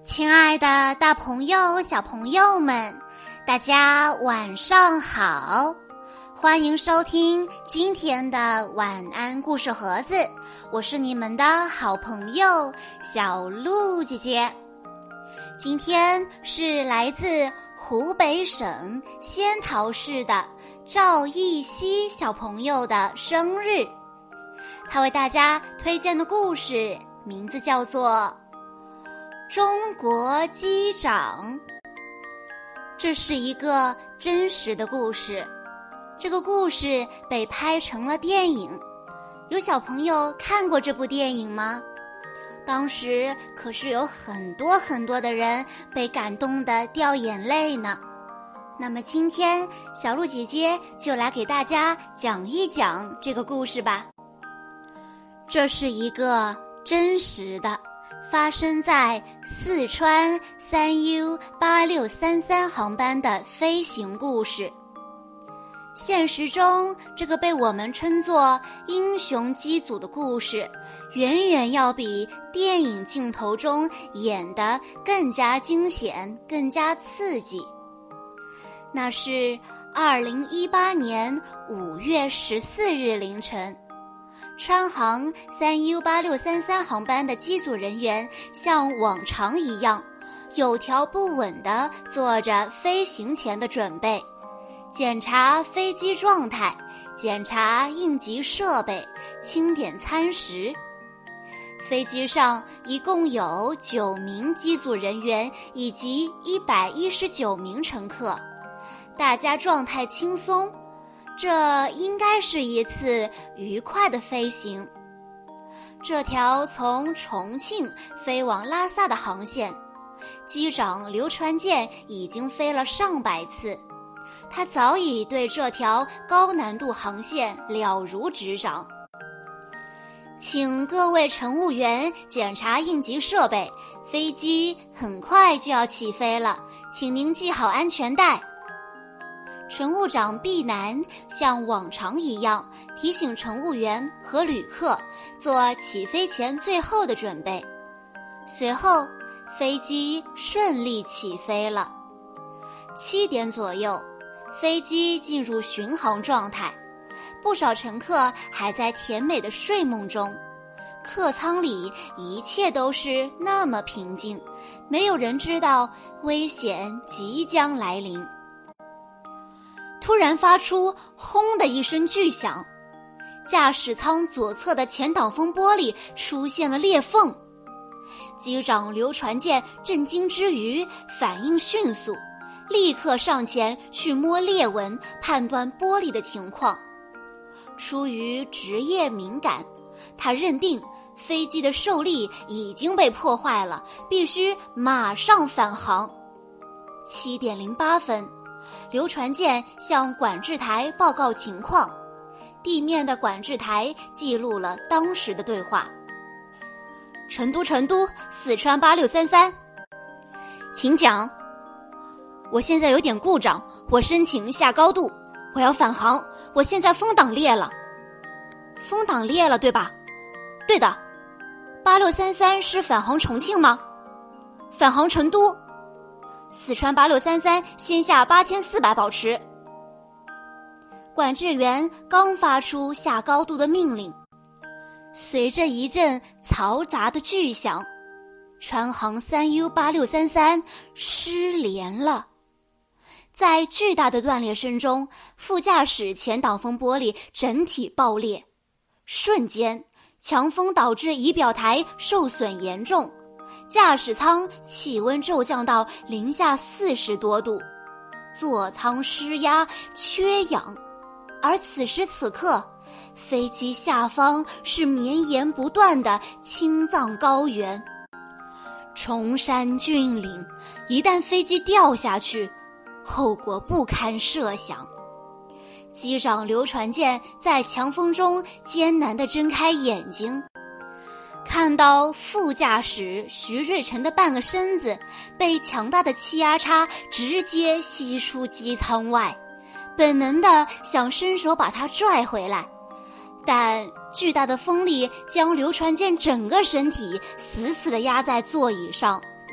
亲爱的大朋友小朋友们，大家晚上好，欢迎收听今天的晚安故事盒子，我是你们的好朋友小鹿姐姐。今天是来自湖北省仙桃市的赵艺熙小朋友的生日，他为大家推荐的故事名字叫做中国机长。这是一个真实的故事，这个故事被拍成了电影。有小朋友看过这部电影吗？当时可是有很多的人被感动得掉眼泪呢。那么今天小鹿姐姐就来给大家讲一讲这个故事吧。这是一个真实的发生在四川3U8633航班的飞行故事。现实中，这个被我们称作英雄机组的故事，远远要比电影镜头中演得更加惊险，更加刺激。那是2018年5月14日凌晨，川航3U8633航班的机组人员像往常一样，有条不紊地做着飞行前的准备，检查飞机状态，检查应急设备，清点餐食。飞机上一共有9名机组人员以及119名乘客，大家状态轻松，这应该是一次愉快的飞行。这条从重庆飞往拉萨的航线，机长刘传健已经飞了上百次，他早已对这条高难度航线了如指掌。请各位乘务员检查应急设备，飞机很快就要起飞了，请您系好安全带。乘务长毕南像往常一样提醒乘务员和旅客做起飞前最后的准备。随后，飞机顺利起飞了。7点左右，飞机进入巡航状态，不少乘客还在甜美的睡梦中。客舱里一切都是那么平静，没有人知道危险即将来临。突然发出轰的一声巨响，驾驶舱左侧的前挡风玻璃出现了裂缝。机长刘传健震惊之余反应迅速，立刻上前去摸裂纹，判断玻璃的情况。出于职业敏感，他认定飞机的受力已经被破坏了，必须马上返航。7点08分，刘传健向管制台报告情况，地面的管制台记录了当时的对话。成都四川8633，请讲。我现在有点故障，我申请下高度，我要返航，我现在风挡裂了。风挡裂了对吧？对的。8633是返航重庆吗？返航成都。四川8633先下8400保持。管制员刚发出下高度的命令，随着一阵嘈杂的巨响，川航3U8633失联了。在巨大的断裂声中，副驾驶前挡风玻璃整体爆裂，瞬间强风导致仪表台受损严重，驾驶舱气温骤降到-40多度，座舱失压缺氧。而此时此刻，飞机下方是绵延不断的青藏高原，崇山峻岭，一旦飞机掉下去，后果不堪设想。机长刘传健在强风中艰难地睁开眼睛，看到副驾驶徐瑞辰的半个身子被强大的气压差直接吸出机舱外，本能地想伸手把他拽回来，但巨大的风力将刘传健整个身体死死地压在座椅上，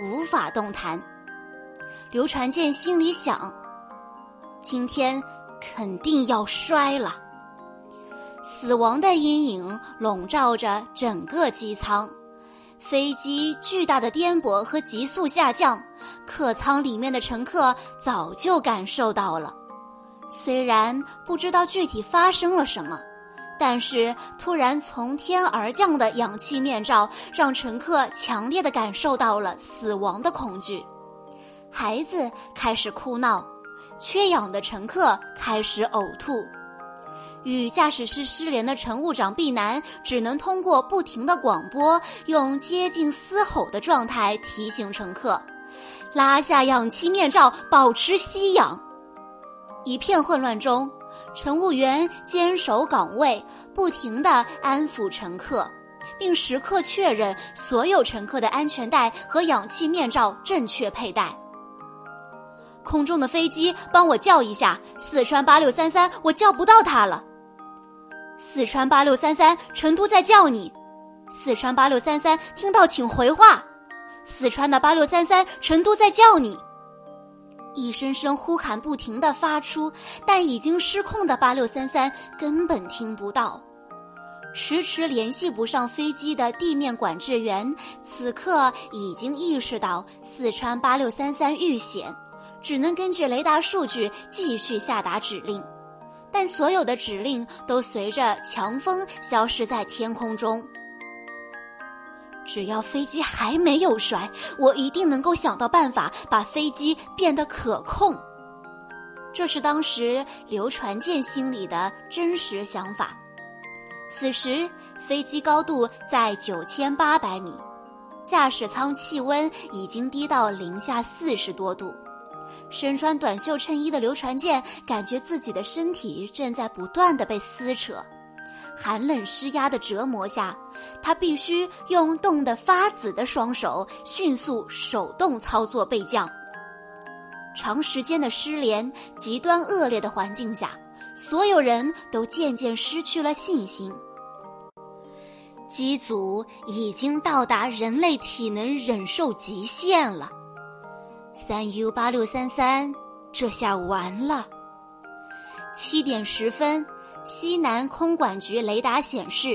无法动弹。刘传健心里想，今天肯定要摔了。死亡的阴影笼罩着整个机舱，飞机巨大的颠簸和急速下降，客舱里面的乘客早就感受到了。虽然不知道具体发生了什么，但是突然从天而降的氧气面罩让乘客强烈地感受到了死亡的恐惧。孩子开始哭闹，缺氧的乘客开始呕吐。与驾驶室失联的乘务长毕南只能通过不停的广播，用接近嘶吼的状态提醒乘客拉下氧气面罩，保持吸氧。一片混乱中，乘务员坚守岗位，不停地安抚乘客，并时刻确认所有乘客的安全带和氧气面罩正确佩戴。空中的飞机，帮我叫一下四川8633，我叫不到它了。四川8633，成都在叫你。四川8633，听到请回话。四川的8633，成都在叫你。一声声呼喊不停地发出，但已经失控的8633根本听不到。迟迟联系不上飞机的地面管制员，此刻已经意识到四川8633遇险，只能根据雷达数据继续下达指令。但所有的指令都随着强风消失在天空中。只要飞机还没有摔，我一定能够想到办法把飞机变得可控。这是当时刘传健心里的真实想法。此时飞机高度在9800米，驾驶舱气温已经低到零下40多度。身穿短袖衬衣的刘传健感觉自己的身体正在不断地被撕扯，寒冷施压的折磨下，他必须用冻得发紫的双手迅速手动操作备降。长时间的失联，极端恶劣的环境下，所有人都渐渐失去了信心。机组已经到达人类体能忍受极限了。3U8633，这下完了。7点10分，西南空管局雷达显示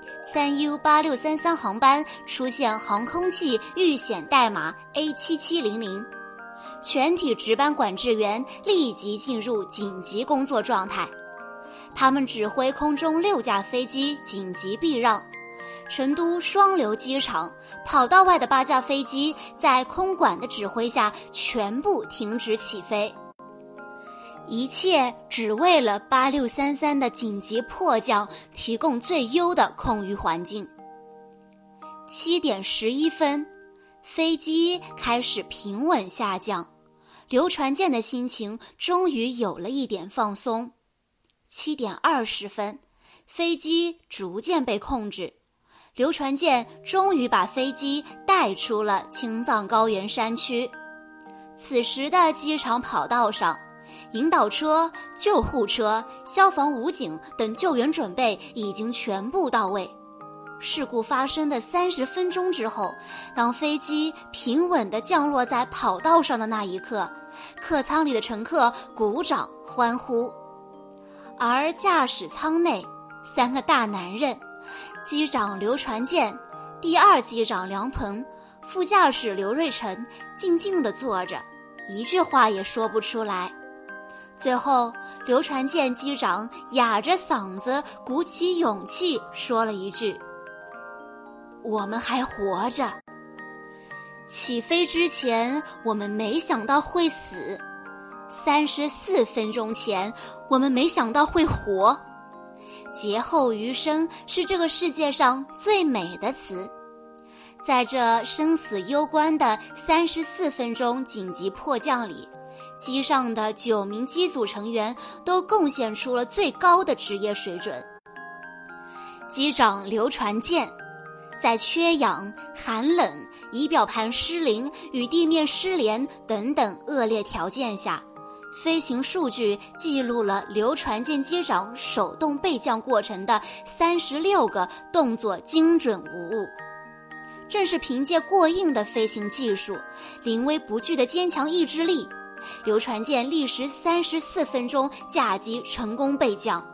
，3U8633航班出现航空器遇险代码 A7700，全体值班管制员立即进入紧急工作状态。他们指挥空中6架飞机紧急避让。成都双流机场跑道外的8架飞机在空管的指挥下全部停止起飞，一切只为了8633的紧急迫降提供最优的空域环境。7点11分，飞机开始平稳下降，刘传健的心情终于有了一点放松。7点20分，飞机逐渐被控制。刘传健终于把飞机带出了青藏高原山区。此时的机场跑道上，引导车、救护车、消防武警等救援准备已经全部到位。事故发生的30分钟之后，当飞机平稳地降落在跑道上的那一刻，客舱里的乘客鼓掌欢呼。而驾驶舱内，3个大男人，机长刘传健、第2机长梁鹏、副驾驶刘瑞成静静地坐着，一句话也说不出来。最后，刘传健机长哑着嗓子鼓起勇气说了一句：“我们还活着。起飞之前，我们没想到会死；34分钟前，我们没想到会活。劫后余生是这个世界上最美的词。在这生死攸关的34分钟紧急迫降里，机上的9名机组成员都贡献出了最高的职业水准。机长刘传健在缺氧、寒冷、仪表盘失灵与地面失联等等恶劣条件下，飞行数据记录了刘传健机长手动备降过程的36个动作精准无误。 正是凭借过硬的飞行技术、临危不惧的坚强意志力，流传舰历时34分钟驾机成功备降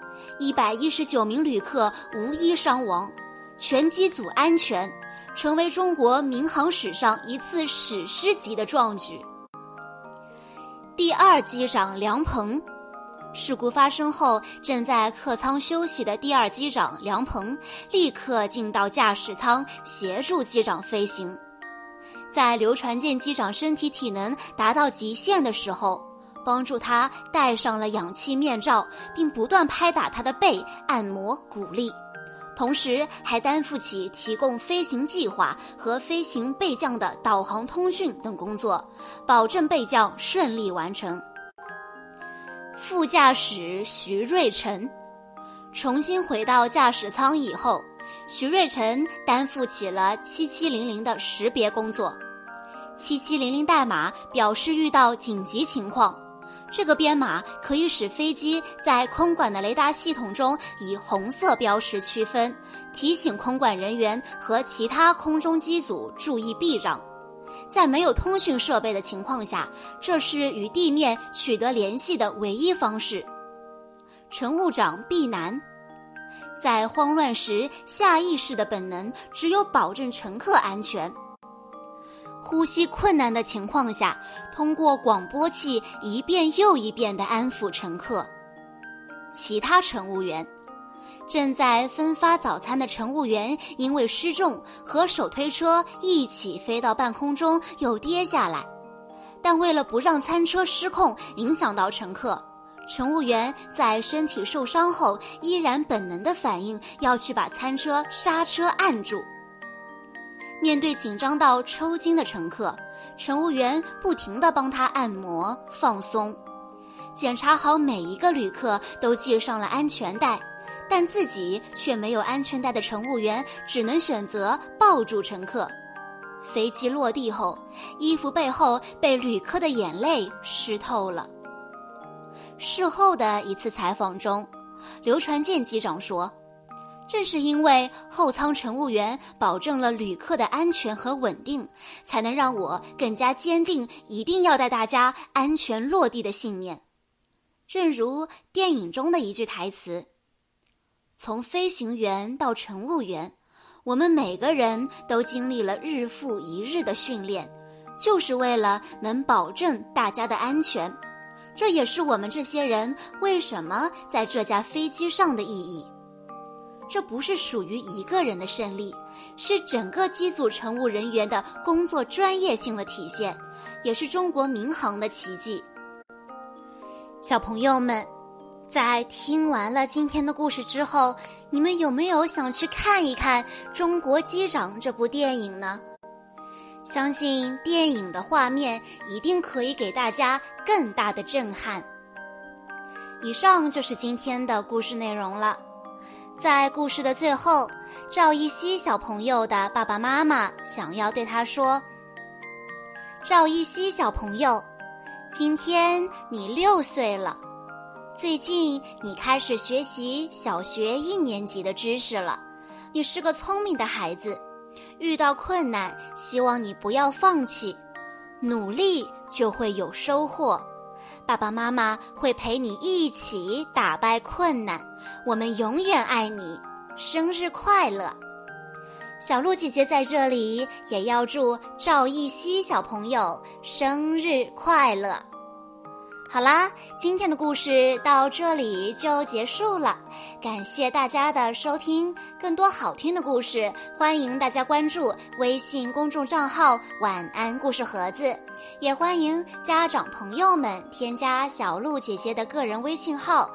，119名旅客无一伤亡，全机组安全，成为中国民航史上一次史诗级的壮举。第二机长梁鹏，事故发生后，正在客舱休息的第二机长梁鹏立刻进到驾驶舱协助机长飞行。在流传舰机长身体体能达到极限的时候，帮助他戴上了氧气面罩，并不断拍打他的背，按摩鼓励，同时还担负起提供飞行计划和飞行备降的导航通讯等工作，保证备降顺利完成。副驾驶徐瑞辰重新回到驾驶舱以后，徐瑞辰担负起了7700的识别工作。7700代码表示遇到紧急情况，这个编码可以使飞机在空管的雷达系统中以红色标识区分，提醒空管人员和其他空中机组注意避让。在没有通讯设备的情况下，这是与地面取得联系的唯一方式。乘务长毕南，在慌乱时，下意识的本能只有保证乘客安全。呼吸困难的情况下，通过广播器一遍又一遍地安抚乘客。其他乘务员，正在分发早餐的乘务员因为失重和手推车一起飞到半空中又跌下来，但为了不让餐车失控影响到乘客，乘务员在身体受伤后依然本能的反应要去把餐车刹车按住。面对紧张到抽筋的乘客，乘务员不停地帮他按摩放松，检查好每一个旅客都系上了安全带，但自己却没有安全带的乘务员只能选择抱住乘客。飞机落地后，衣服背后被旅客的眼泪湿透了。事后的一次采访中，刘传健机长说，正是因为后舱乘务员保证了旅客的安全和稳定，才能让我更加坚定一定要带大家安全落地的信念。正如电影中的一句台词，从飞行员到乘务员，我们每个人都经历了日复一日的训练，就是为了能保证大家的安全。这也是我们这些人为什么在这架飞机上的意义。这不是属于一个人的胜利，是整个机组乘务人员的工作专业性的体现，也是中国民航的奇迹。小朋友们，在听完了今天的故事之后，你们有没有想去看一看《中国机长》这部电影呢？相信电影的画面一定可以给大家更大的震撼。以上就是今天的故事内容了。在故事的最后，赵一熙小朋友的爸爸妈妈想要对他说，赵一熙小朋友，今天你6岁了，最近你开始学习小学1年级的知识了，你是个聪明的孩子，遇到困难希望你不要放弃，努力就会有收获，爸爸妈妈会陪你一起打败困难，我们永远爱你，生日快乐！小鹿姐姐在这里也要祝赵一熙小朋友生日快乐！好啦，今天的故事到这里就结束了，感谢大家的收听，更多好听的故事，欢迎大家关注微信公众账号晚安故事盒子，也欢迎家长朋友们添加小鹿姐姐的个人微信号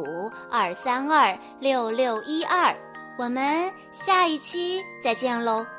315-232-6612，我们下一期再见喽。